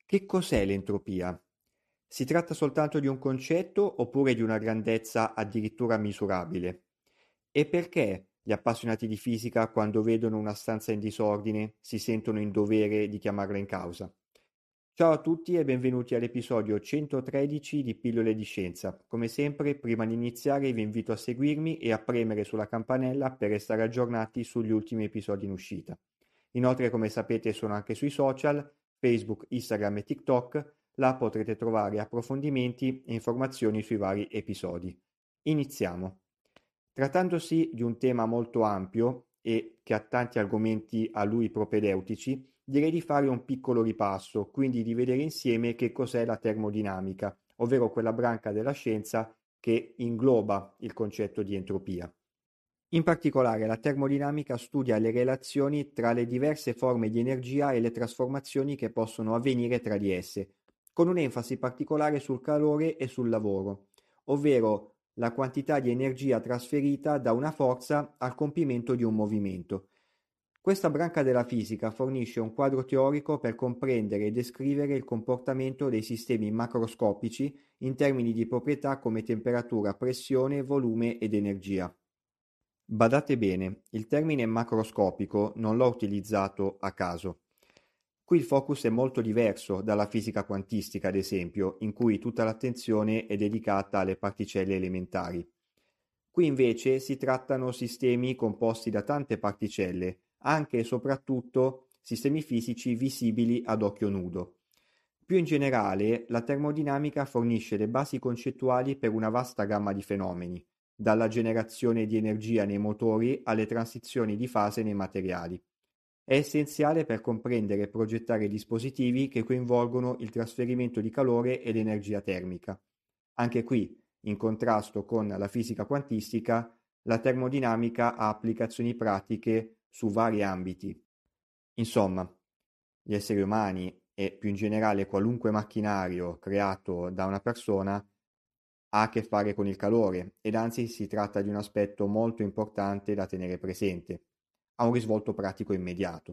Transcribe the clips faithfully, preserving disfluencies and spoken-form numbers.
Che cos'è l'entropia? Si tratta soltanto di un concetto oppure di una grandezza addirittura misurabile? E perché gli appassionati di fisica, quando vedono una stanza in disordine, si sentono in dovere di chiamarla in causa? Ciao a tutti e benvenuti all'episodio centotredici di Pillole di Scienza. Come sempre, prima di iniziare vi invito a seguirmi e a premere sulla campanella per restare aggiornati sugli ultimi episodi in uscita. Inoltre, come sapete, sono anche sui social, Facebook, Instagram e TikTok. Là potrete trovare approfondimenti e informazioni sui vari episodi. Iniziamo. Trattandosi di un tema molto ampio e che ha tanti argomenti a lui propedeutici, direi di fare un piccolo ripasso, quindi di vedere insieme che cos'è la termodinamica, ovvero quella branca della scienza che ingloba il concetto di entropia. In particolare, la termodinamica studia le relazioni tra le diverse forme di energia e le trasformazioni che possono avvenire tra di esse, con un'enfasi particolare sul calore e sul lavoro, ovvero la quantità di energia trasferita da una forza al compimento di un movimento. Questa branca della fisica fornisce un quadro teorico per comprendere e descrivere il comportamento dei sistemi macroscopici in termini di proprietà come temperatura, pressione, volume ed energia. Badate bene, il termine macroscopico non l'ho utilizzato a caso. Qui il focus è molto diverso dalla fisica quantistica, ad esempio, in cui tutta l'attenzione è dedicata alle particelle elementari. Qui invece si trattano sistemi composti da tante particelle, anche e soprattutto sistemi fisici visibili ad occhio nudo. Più in generale, la termodinamica fornisce le basi concettuali per una vasta gamma di fenomeni, dalla generazione di energia nei motori alle transizioni di fase nei materiali. È essenziale per comprendere e progettare dispositivi che coinvolgono il trasferimento di calore ed energia termica. Anche qui, in contrasto con la fisica quantistica, la termodinamica ha applicazioni pratiche su vari ambiti. Insomma, gli esseri umani e più in generale qualunque macchinario creato da una persona ha a che fare con il calore ed anzi si tratta di un aspetto molto importante da tenere presente. Ha un risvolto pratico immediato.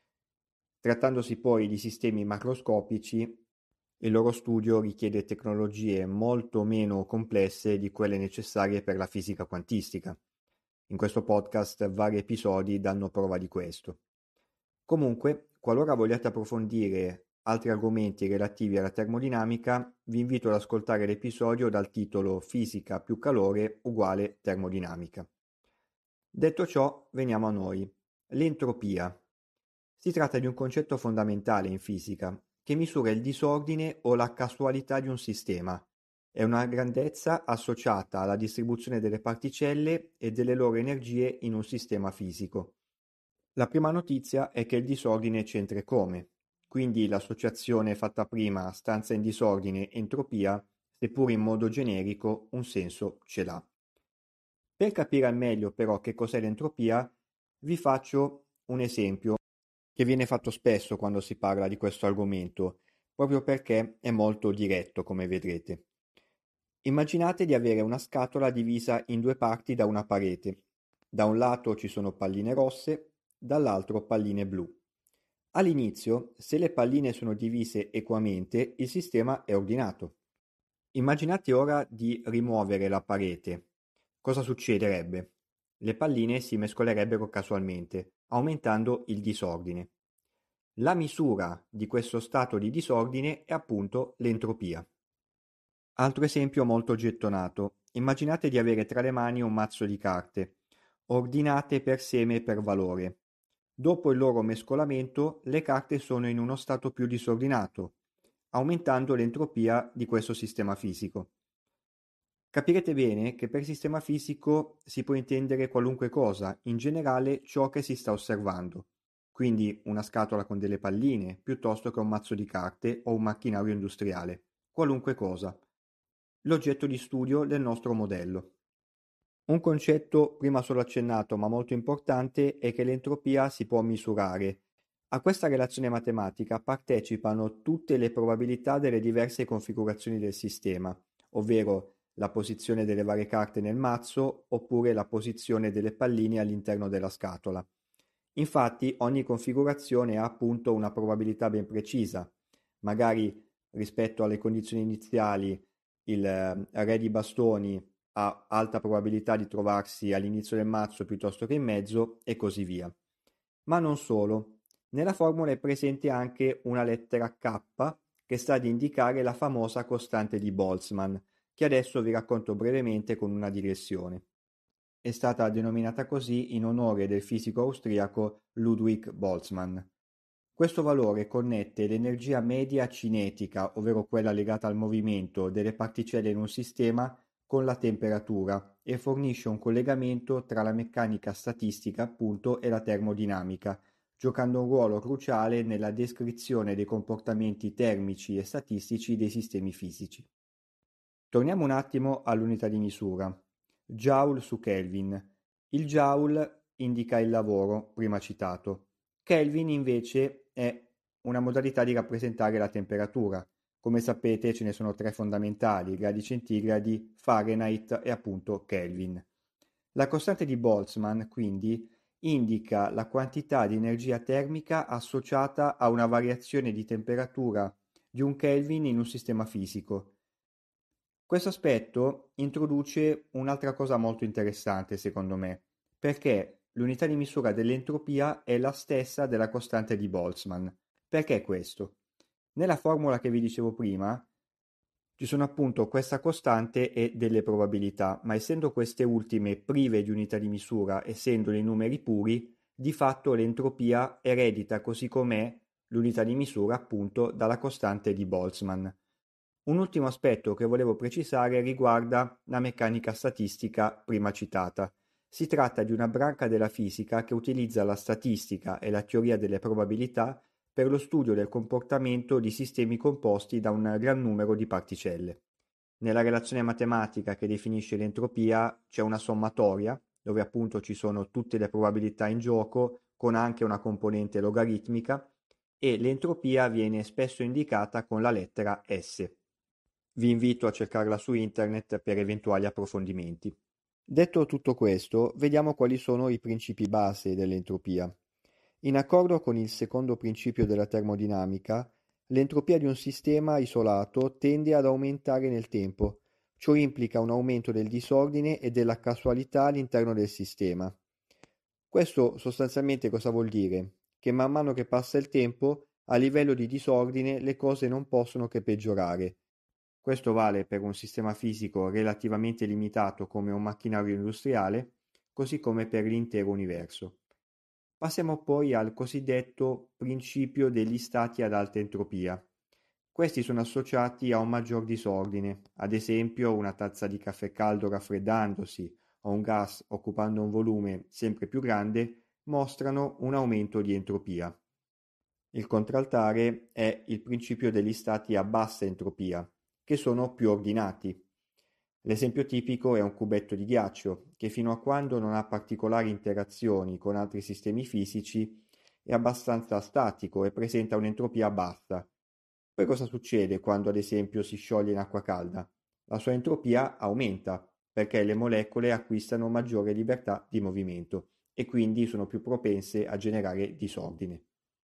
Trattandosi poi di sistemi macroscopici, il loro studio richiede tecnologie molto meno complesse di quelle necessarie per la fisica quantistica. In questo podcast vari episodi danno prova di questo. Comunque, qualora vogliate approfondire altri argomenti relativi alla termodinamica, vi invito ad ascoltare l'episodio dal titolo Fisica più calore uguale termodinamica. Detto ciò, veniamo a noi. L'entropia. Si tratta di un concetto fondamentale in fisica, che misura il disordine o la casualità di un sistema. È una grandezza associata alla distribuzione delle particelle e delle loro energie in un sistema fisico. La prima notizia è che il disordine c'entra e come, quindi l'associazione fatta prima stanza in disordine entropia, seppur in modo generico, un senso ce l'ha. Per capire al meglio però che cos'è l'entropia, vi faccio un esempio che viene fatto spesso quando si parla di questo argomento, proprio perché è molto diretto, come vedrete. Immaginate di avere una scatola divisa in due parti da una parete. Da un lato ci sono palline rosse, dall'altro palline blu. All'inizio, se le palline sono divise equamente, il sistema è ordinato. Immaginate ora di rimuovere la parete. Cosa succederebbe? Le palline si mescolerebbero casualmente, aumentando il disordine. La misura di questo stato di disordine è appunto l'entropia. Altro esempio molto gettonato. Immaginate di avere tra le mani un mazzo di carte, ordinate per seme e per valore. Dopo il loro mescolamento, le carte sono in uno stato più disordinato, aumentando l'entropia di questo sistema fisico. Capirete bene che per sistema fisico si può intendere qualunque cosa, in generale ciò che si sta osservando. Quindi una scatola con delle palline, piuttosto che un mazzo di carte o un macchinario industriale. Qualunque cosa. L'oggetto di studio del nostro modello. Un concetto prima solo accennato ma molto importante è che l'entropia si può misurare. A questa relazione matematica partecipano tutte le probabilità delle diverse configurazioni del sistema, ovvero la posizione delle varie carte nel mazzo oppure la posizione delle palline all'interno della scatola. Infatti ogni configurazione ha appunto una probabilità ben precisa, magari rispetto alle condizioni iniziali il eh, re di bastoni ha alta probabilità di trovarsi all'inizio del mazzo piuttosto che in mezzo e così via. Ma non solo, nella formula è presente anche una lettera K che sta ad indicare la famosa costante di Boltzmann, che adesso vi racconto brevemente con una digressione. È stata denominata così in onore del fisico austriaco Ludwig Boltzmann. Questo valore connette l'energia media cinetica, ovvero quella legata al movimento delle particelle in un sistema, con la temperatura e fornisce un collegamento tra la meccanica statistica, appunto, e la termodinamica, giocando un ruolo cruciale nella descrizione dei comportamenti termici e statistici dei sistemi fisici. Torniamo un attimo all'unità di misura. Joule su Kelvin. Il joule indica il lavoro, prima citato. Kelvin invece è una modalità di rappresentare la temperatura. Come sapete ce ne sono tre fondamentali, gradi centigradi, Fahrenheit e appunto Kelvin. La costante di Boltzmann, quindi, indica la quantità di energia termica associata a una variazione di temperatura di un Kelvin in un sistema fisico. Questo aspetto introduce un'altra cosa molto interessante, secondo me, perché l'unità di misura dell'entropia è la stessa della costante di Boltzmann. Perché questo? Nella formula che vi dicevo prima ci sono appunto questa costante e delle probabilità, ma essendo queste ultime prive di unità di misura, essendo dei numeri puri, di fatto l'entropia eredita così com'è l'unità di misura appunto dalla costante di Boltzmann. Un ultimo aspetto che volevo precisare riguarda la meccanica statistica prima citata. Si tratta di una branca della fisica che utilizza la statistica e la teoria delle probabilità per lo studio del comportamento di sistemi composti da un gran numero di particelle. Nella relazione matematica che definisce l'entropia c'è una sommatoria, dove appunto ci sono tutte le probabilità in gioco, con anche una componente logaritmica, e l'entropia viene spesso indicata con la lettera S. Vi invito a cercarla su internet per eventuali approfondimenti. Detto tutto questo, vediamo quali sono i principi base dell'entropia. In accordo con il secondo principio della termodinamica, l'entropia di un sistema isolato tende ad aumentare nel tempo. Ciò implica un aumento del disordine e della casualità all'interno del sistema. Questo sostanzialmente cosa vuol dire? Che man mano che passa il tempo, a livello di disordine, le cose non possono che peggiorare. Questo vale per un sistema fisico relativamente limitato come un macchinario industriale, così come per l'intero universo. Passiamo poi al cosiddetto principio degli stati ad alta entropia. Questi sono associati a un maggior disordine, ad esempio una tazza di caffè caldo raffreddandosi o un gas occupando un volume sempre più grande mostrano un aumento di entropia. Il contraltare è il principio degli stati a bassa entropia, che sono più ordinati. L'esempio tipico è un cubetto di ghiaccio, che fino a quando non ha particolari interazioni con altri sistemi fisici è abbastanza statico e presenta un'entropia bassa. Poi cosa succede quando ad esempio si scioglie in acqua calda? La sua entropia aumenta, perché le molecole acquistano maggiore libertà di movimento e quindi sono più propense a generare disordine.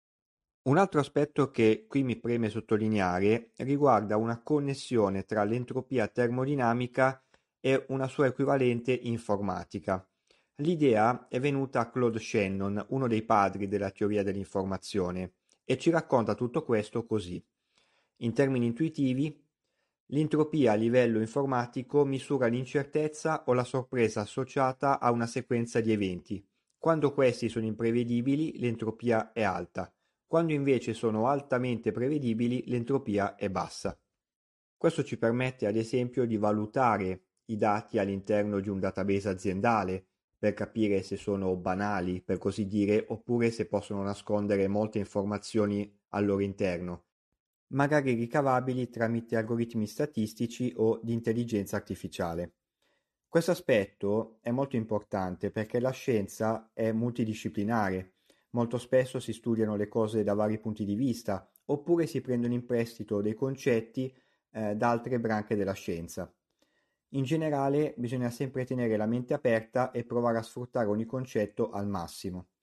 Un altro aspetto che qui mi preme sottolineare riguarda una connessione tra l'entropia termodinamica e una sua equivalente informatica. L'idea è venuta a Claude Shannon, uno dei padri della teoria dell'informazione, e ci racconta tutto questo così. In termini intuitivi, l'entropia a livello informatico misura l'incertezza o la sorpresa associata a una sequenza di eventi. Quando questi sono imprevedibili, l'entropia è alta. Quando invece sono altamente prevedibili, l'entropia è bassa. Questo ci permette ad esempio di valutare i dati all'interno di un database aziendale per capire se sono banali, per così dire, oppure se possono nascondere molte informazioni al loro interno, magari ricavabili tramite algoritmi statistici o di intelligenza artificiale. Questo aspetto è molto importante perché la scienza è multidisciplinare. Molto spesso si studiano le cose da vari punti di vista, oppure si prendono in prestito dei concetti eh, da altre branche della scienza. In generale bisogna sempre tenere la mente aperta e provare a sfruttare ogni concetto al massimo.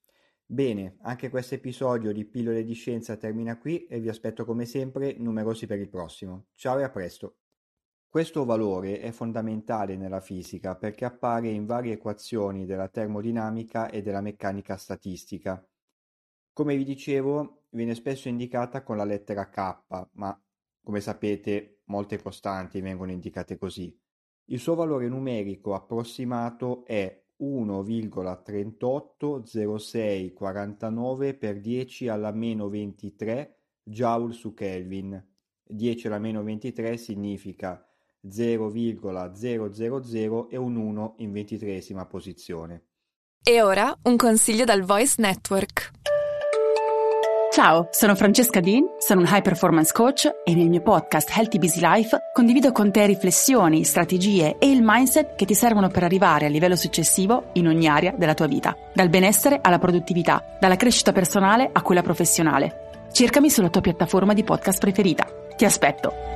Bene, anche questo episodio di Pillole di Scienza termina qui e vi aspetto come sempre numerosi per il prossimo. Ciao e a presto! Questo valore è fondamentale nella fisica perché appare in varie equazioni della termodinamica e della meccanica statistica. Come vi dicevo, viene spesso indicata con la lettera K, ma come sapete molte costanti vengono indicate così. Il suo valore numerico approssimato è uno virgola trentotto zero sei quarantanove per dieci alla meno ventitré Joule su Kelvin. dieci alla meno ventitré significa zero virgola zero zero zero e un uno in ventitreesima posizione. E ora un consiglio dal Voice Network. Ciao, sono Francesca Dean, sono un high performance coach e nel mio podcast Healthy Busy Life condivido con te riflessioni, strategie e il mindset che ti servono per arrivare al livello successivo in ogni area della tua vita, dal benessere alla produttività, dalla crescita personale a quella professionale. Cercami sulla tua piattaforma di podcast preferita. Ti aspetto!